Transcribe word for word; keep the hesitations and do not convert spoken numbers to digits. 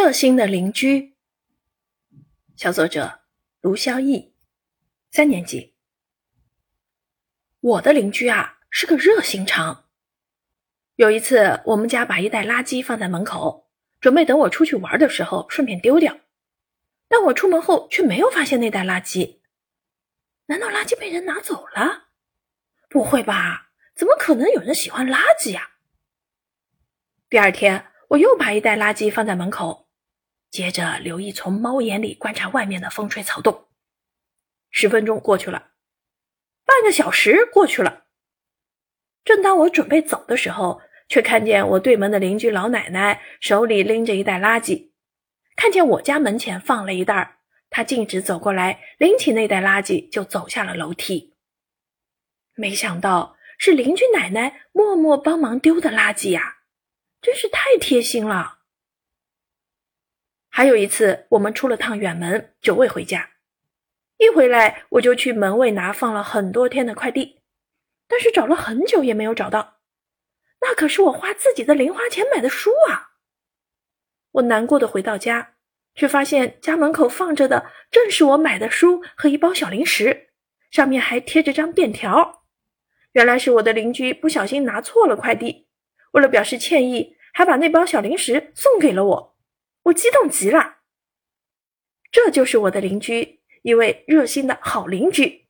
热心的邻居，小作者卢萧逸，三年级。我的邻居啊，是个热心肠。有一次，我们家把一袋垃圾放在门口，准备等我出去玩的时候顺便丢掉。但我出门后却没有发现那袋垃圾。难道垃圾被人拿走了？不会吧，怎么可能有人喜欢垃圾呀？第二天，我又把一袋垃圾放在门口，接着留意从猫眼里观察外面的风吹草动。十分钟过去了，半个小时过去了。正当我准备走的时候，却看见我对门的邻居老奶奶手里拎着一袋垃圾。看见我家门前放了一袋，她径直走过来，拎起那袋垃圾就走下了楼梯。没想到是邻居奶奶默默帮忙丢的垃圾呀，真是太贴心了。还有一次，我们出了趟远门，久未回家。一回来我就去门卫拿放了很多天的快递，但是找了很久也没有找到。那可是我花自己的零花钱买的书啊！我难过的回到家，却发现家门口放着的正是我买的书和一包小零食，上面还贴着张便条。原来是我的邻居不小心拿错了快递，为了表示歉意，还把那包小零食送给了我。我激动极了。这就是我的邻居，一位热心的好邻居。